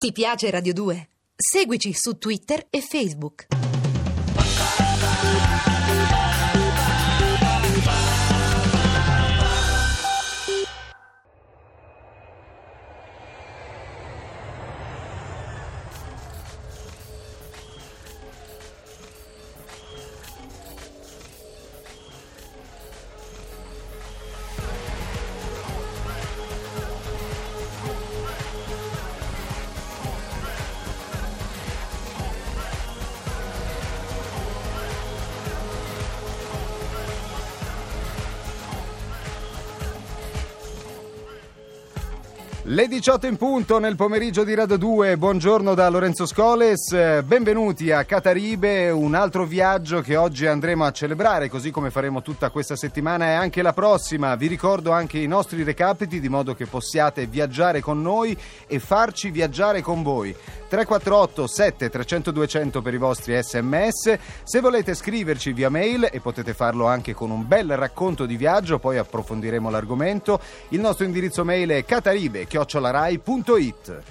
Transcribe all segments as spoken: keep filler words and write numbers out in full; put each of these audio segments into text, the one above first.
Ti piace Radio due? Seguici su Twitter e Facebook. Le diciotto in punto nel pomeriggio di Radio due, buongiorno da Lorenzo Scoles, benvenuti a Cataribe, un altro viaggio che oggi andremo a celebrare, così come faremo tutta questa settimana e anche la prossima. Vi ricordo anche i nostri recapiti, di modo che possiate viaggiare con noi e farci viaggiare con voi. tre quattro otto sette trecento duecento per i vostri sms. Se volete scriverci via mail, e potete farlo anche con un bel racconto di viaggio, poi approfondiremo l'argomento, il nostro indirizzo mail è cataribe chiocciola rai punto it.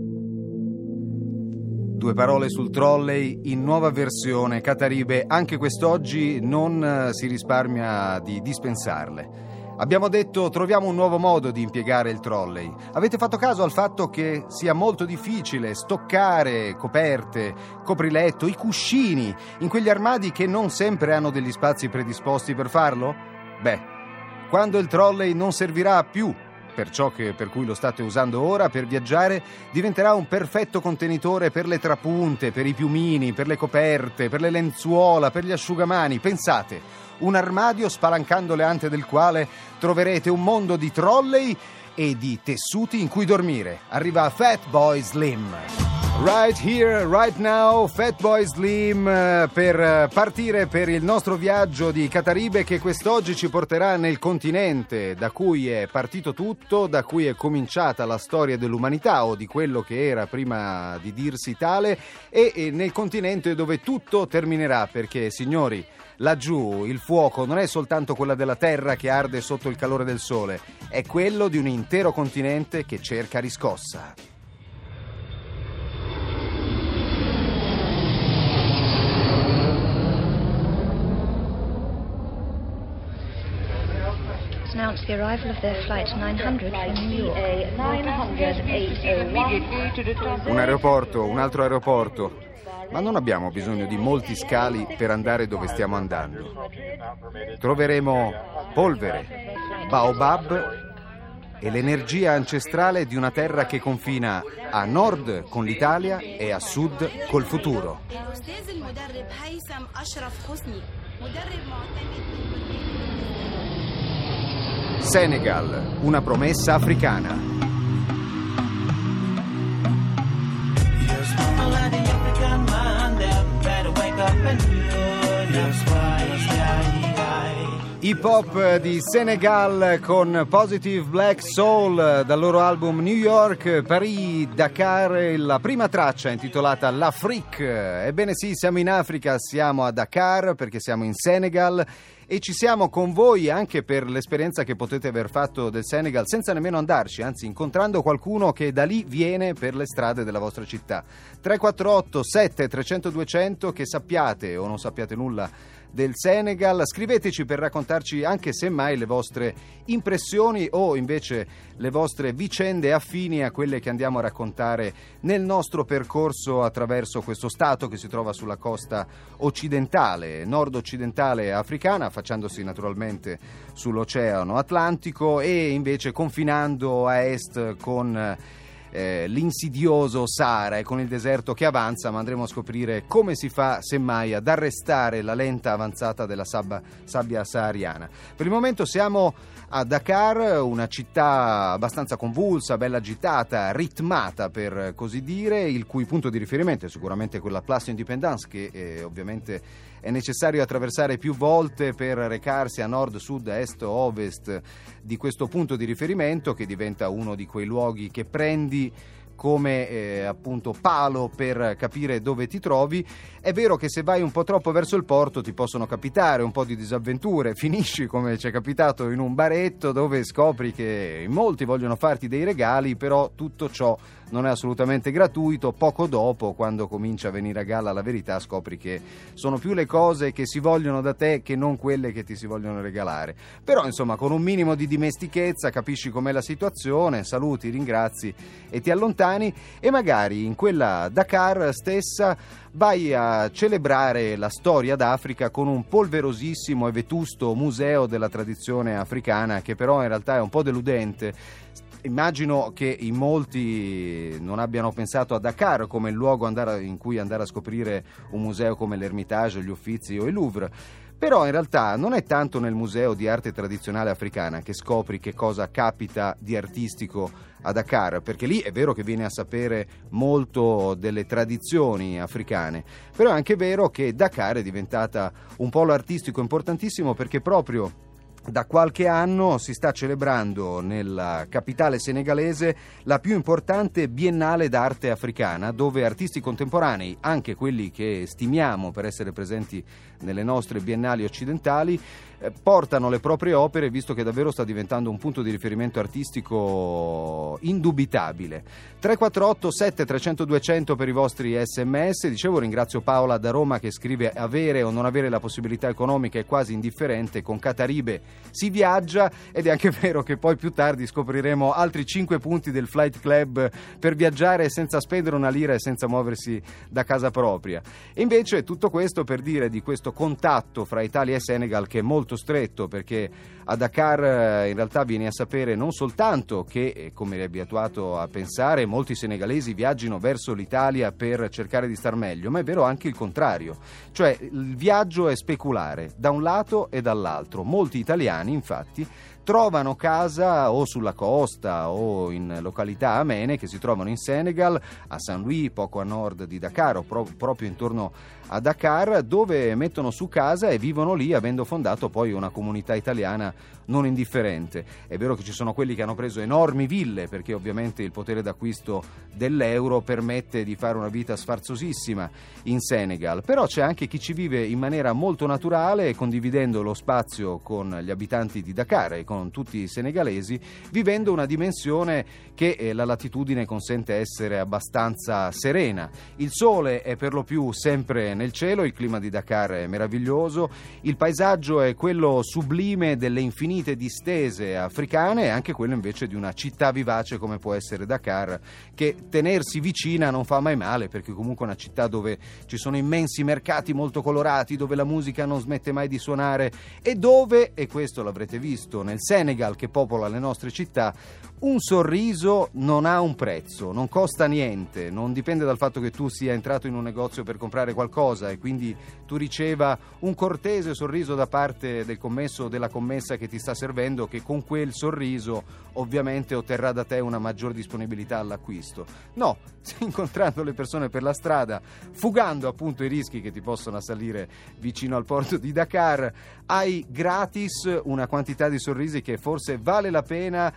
Due parole sul trolley in nuova versione. Cataribe anche quest'oggi non si risparmia di dispensarle. Abbiamo detto troviamo un nuovo modo di impiegare il trolley. Avete fatto caso al fatto che sia molto difficile stoccare coperte, copriletto, i cuscini in quegli armadi che non sempre hanno degli spazi predisposti per farlo? Beh, quando il trolley non servirà più per ciò che, per cui lo state usando ora, per viaggiare, diventerà un perfetto contenitore per le trapunte, per i piumini, per le coperte, per le lenzuola, per gli asciugamani. Pensate, un armadio spalancando le ante del quale troverete un mondo di trolley e di tessuti in cui dormire. Arriva Fatboy Slim. Right here, right now, Fatboy Slim per partire per il nostro viaggio di Cataribe, che quest'oggi ci porterà nel continente da cui è partito tutto, da cui è cominciata la storia dell'umanità o di quello che era prima di dirsi tale, e nel continente dove tutto terminerà, perché, signori, laggiù il fuoco non è soltanto quella della terra che arde sotto il calore del sole, è quello di un intero continente che cerca riscossa. Announced the arrival of their flight nine hundred from New York. nine hundred eight oh one. Un aeroporto, un altro aeroporto. Ma non abbiamo bisogno di molti scali per andare dove stiamo andando. Troveremo polvere, baobab e l'energia ancestrale di una terra che confina a nord con l'Italia e a sud col futuro. Senegal, una promessa africana. Hip hop di Senegal con Positive Black Soul dal loro album New York, Paris, Dakar, la prima traccia intitolata L'Afrique. Ebbene sì, siamo in Africa, siamo a Dakar perché siamo in Senegal e ci siamo con voi anche per l'esperienza che potete aver fatto del Senegal senza nemmeno andarci, anzi incontrando qualcuno che da lì viene per le strade della vostra città. tre quattro otto sette trecento duecento, che sappiate o non sappiate nulla del Senegal, scriveteci per raccontarci anche semmai le vostre impressioni o invece le vostre vicende affini a quelle che andiamo a raccontare nel nostro percorso attraverso questo stato che si trova sulla costa occidentale, nord-occidentale africana, affacciandosi naturalmente sull'Oceano Atlantico e invece confinando a est con Eh, l'insidioso Sahara e con il deserto che avanza, ma andremo a scoprire come si fa semmai ad arrestare la lenta avanzata della sabba, sabbia sahariana. Per il momento siamo a Dakar, una città abbastanza convulsa, bella agitata, ritmata per così dire, il cui punto di riferimento è sicuramente quella Place Independance che eh, ovviamente è necessario attraversare più volte per recarsi a nord, sud, est, ovest di questo punto di riferimento, che diventa uno di quei luoghi che prendi come eh, appunto palo per capire dove ti trovi. È vero che se vai un po' troppo verso il porto ti possono capitare un po' di disavventure, finisci come ci è capitato in un baretto dove scopri che in molti vogliono farti dei regali, però tutto ciò non è assolutamente gratuito. Poco dopo, quando comincia a venire a galla la verità, scopri che sono più le cose che si vogliono da te che non quelle che ti si vogliono regalare. Però insomma, con un minimo di dimestichezza capisci com'è la situazione, saluti, ringrazi e ti allontani, e magari in quella Dakar stessa vai a celebrare la storia d'Africa con un polverosissimo e vetusto museo della tradizione africana, che però in realtà è un po' deludente. Immagino che in molti non abbiano pensato a Dakar come il luogo andare, in cui andare a scoprire un museo come l'Ermitage, gli Uffizi o il Louvre. Però in realtà non è tanto nel Museo di Arte Tradizionale Africana che scopri che cosa capita di artistico a Dakar, perché lì è vero che vieni a sapere molto delle tradizioni africane, però è anche vero che Dakar è diventata un polo artistico importantissimo, perché proprio da qualche anno si sta celebrando nella capitale senegalese la più importante biennale d'arte africana, dove artisti contemporanei, anche quelli che stimiamo per essere presenti nelle nostre biennali occidentali, eh, portano le proprie opere, visto che davvero sta diventando un punto di riferimento artistico indubitabile. tre quattro otto sette tre zero zero due zero zero per i vostri sms. Dicevo, ringrazio Paola da Roma che scrive: avere o non avere la possibilità economica è quasi indifferente, con Cataribe si viaggia. Ed è anche vero che poi più tardi scopriremo altri cinque punti del Flight Club per viaggiare senza spendere una lira e senza muoversi da casa propria. E invece tutto questo per dire di questo contatto fra Italia e Senegal, che è molto stretto, perché a Dakar in realtà vieni a sapere non soltanto che, come eri abituato a pensare, molti senegalesi viaggino verso l'Italia per cercare di star meglio, ma è vero anche il contrario. Cioè il viaggio è speculare da un lato e dall'altro. Molti italiani infatti trovano casa o sulla costa o in località amene che si trovano in Senegal, a Saint-Louis, poco a nord di Dakar, o pro- proprio intorno a Dakar, dove mettono su casa e vivono lì, avendo fondato poi una comunità italiana non indifferente. È vero che ci sono quelli che hanno preso enormi ville, perché ovviamente il potere d'acquisto dell'euro permette di fare una vita sfarzosissima in Senegal, però c'è anche chi ci vive in maniera molto naturale, condividendo lo spazio con gli abitanti di Dakar e con tutti i senegalesi, vivendo una dimensione che eh, la latitudine consente essere abbastanza serena. Il sole è per lo più sempre nel cielo, il clima di Dakar è meraviglioso, il paesaggio è quello sublime delle infinite distese africane, e anche quello invece di una città vivace come può essere Dakar, che tenersi vicina non fa mai male, perché comunque è una città dove ci sono immensi mercati molto colorati, dove la musica non smette mai di suonare, e dove, e questo l'avrete visto nel Senegal che popola le nostre città, un sorriso non ha un prezzo, non costa niente, non dipende dal fatto che tu sia entrato in un negozio per comprare qualcosa e quindi tu riceva un cortese sorriso da parte del commesso o della commessa che ti sta servendo, che con quel sorriso ovviamente otterrà da te una maggior disponibilità all'acquisto. No, incontrando le persone per la strada, fugando appunto i rischi che ti possono assalire vicino al porto di Dakar, hai gratis una quantità di sorrisi che forse vale la pena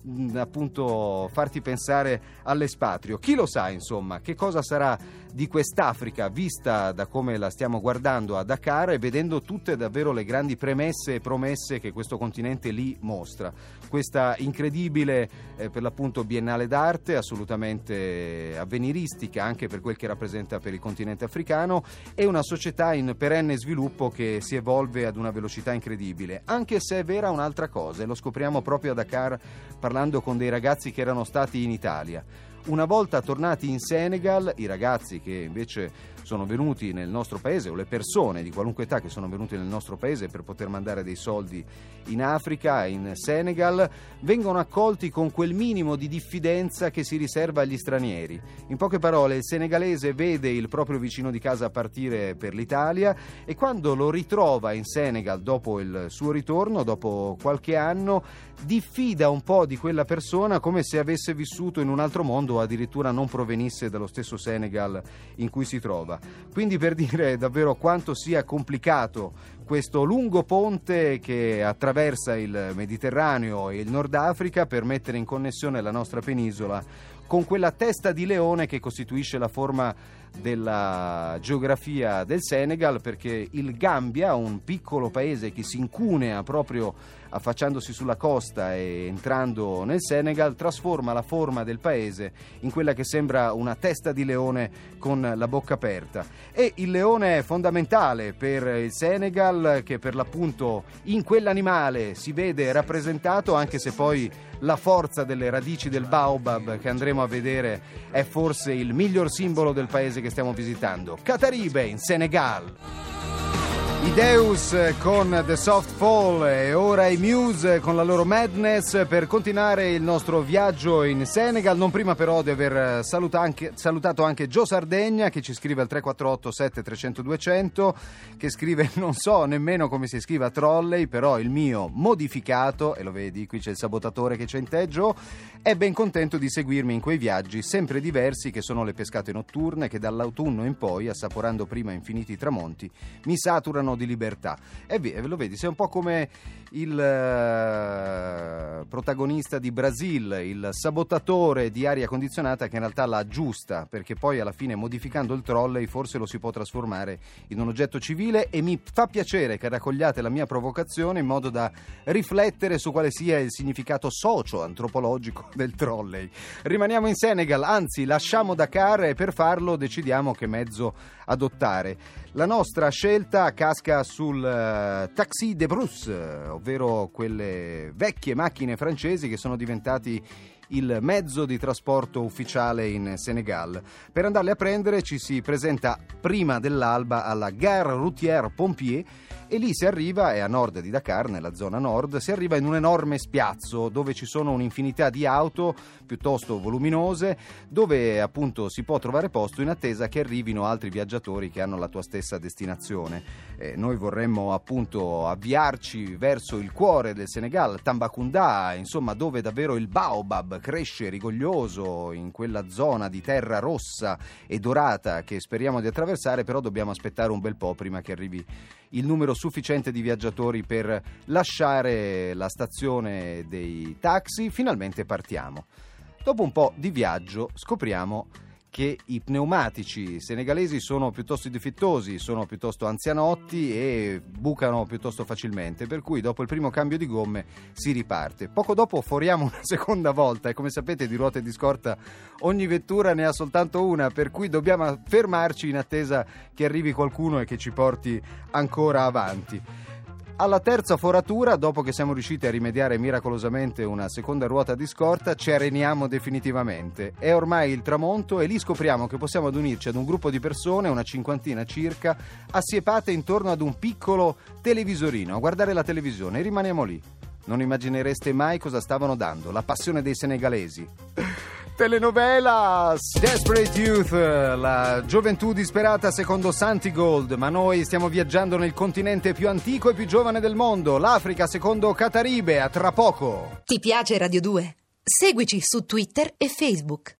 appunto farti pensare all'espatrio. Chi lo sa, insomma, che cosa sarà di quest'Africa vista da come la stiamo guardando a Dakar e vedendo tutte davvero le grandi premesse e promesse che questo continente lì mostra. Questa incredibile eh, per l'appunto biennale d'arte, assolutamente avveniristica anche per quel che rappresenta per il continente africano, e una società in perenne sviluppo che si evolve ad una velocità incredibile, anche se è vera un'altra cosa, e lo scopriamo proprio a Dakar parlando con dei ragazzi che erano stati in Italia. Una volta tornati in Senegal, i ragazzi che invece sono venuti nel nostro paese, o le persone di qualunque età che sono venute nel nostro paese per poter mandare dei soldi in Africa, in Senegal, vengono accolti con quel minimo di diffidenza che si riserva agli stranieri. In poche parole, il senegalese vede il proprio vicino di casa partire per l'Italia e quando lo ritrova in Senegal dopo il suo ritorno, dopo qualche anno, diffida un po' di quella persona come se avesse vissuto in un altro mondo o addirittura non provenisse dallo stesso Senegal in cui si trova. Quindi, per dire davvero quanto sia complicato questo lungo ponte che attraversa il Mediterraneo e il Nord Africa per mettere in connessione la nostra penisola con quella testa di leone che costituisce la forma della geografia del Senegal, perché il Gambia, un piccolo paese che si incunea proprio affacciandosi sulla costa e entrando nel Senegal, trasforma la forma del paese in quella che sembra una testa di leone con la bocca aperta. E il leone è fondamentale per il Senegal, che per l'appunto in quell'animale si vede rappresentato, anche se poi la forza delle radici del baobab che andremo a vedere è forse il miglior simbolo del paese che stiamo visitando. Cataribe in Senegal. I Deus con The Soft Fall e ora i Muse con la loro Madness per continuare il nostro viaggio in Senegal, non prima però di aver saluta anche, salutato anche Gio Sardegna, che ci scrive al tre quattro otto sette tre zero zero due zero zero, che scrive: non so nemmeno come si scrive a trolley, però il mio modificato, e lo vedi, qui c'è il sabotatore che c'è in te, Gio, è ben contento di seguirmi in quei viaggi sempre diversi che sono le pescate notturne che dall'autunno in poi, assaporando prima infiniti tramonti, mi saturano di libertà. E lo vedi, sei un po' come il uh, protagonista di Brasil, il sabotatore di aria condizionata che in realtà la aggiusta, perché poi alla fine, modificando il trolley, forse lo si può trasformare in un oggetto civile. E mi fa piacere che raccogliate la mia provocazione in modo da riflettere su quale sia il significato socio-antropologico del trolley. Rimaniamo in Senegal, anzi lasciamo Dakar, e per farlo decidiamo che mezzo adottare. La nostra scelta casca sul uh, Taxi de Brousse, ovvero quelle vecchie macchine francesi che sono diventati il mezzo di trasporto ufficiale in Senegal. Per andarle a prendere ci si presenta prima dell'alba alla Gare Routière Pompier, e lì si arriva, è a nord di Dakar, nella zona nord, si arriva in un enorme spiazzo dove ci sono un'infinità di auto piuttosto voluminose, dove appunto si può trovare posto in attesa che arrivino altri viaggiatori che hanno la tua stessa destinazione. Eh, noi vorremmo appunto avviarci verso il cuore del Senegal, Tambacounda, insomma dove davvero il baobab cresce rigoglioso, in quella zona di terra rossa e dorata che speriamo di attraversare, però dobbiamo aspettare un bel po' prima che arrivi il numero sufficiente di viaggiatori per lasciare la stazione dei taxi. Finalmente partiamo. Dopo un po' di viaggio scopriamo che i pneumatici senegalesi sono piuttosto difettosi, sono piuttosto anzianotti e bucano piuttosto facilmente, per cui dopo il primo cambio di gomme si riparte. Poco dopo foriamo una seconda volta, e come sapete di ruote di scorta ogni vettura ne ha soltanto una, per cui dobbiamo fermarci in attesa che arrivi qualcuno e che ci porti ancora avanti. Alla terza foratura, dopo che siamo riusciti a rimediare miracolosamente una seconda ruota di scorta, ci areniamo definitivamente. È ormai il tramonto e lì scopriamo che possiamo ad unirci ad un gruppo di persone, una cinquantina circa, assiepate intorno ad un piccolo televisorino, a guardare la televisione, e rimaniamo lì. Non immaginereste mai cosa stavano dando, la passione dei senegalesi. Telenovelas, Desperate Youth, la gioventù disperata secondo Santigold, ma noi stiamo viaggiando nel continente più antico e più giovane del mondo, l'Africa secondo Cataribe. A tra poco. Ti piace Radio due? Seguici su Twitter e Facebook.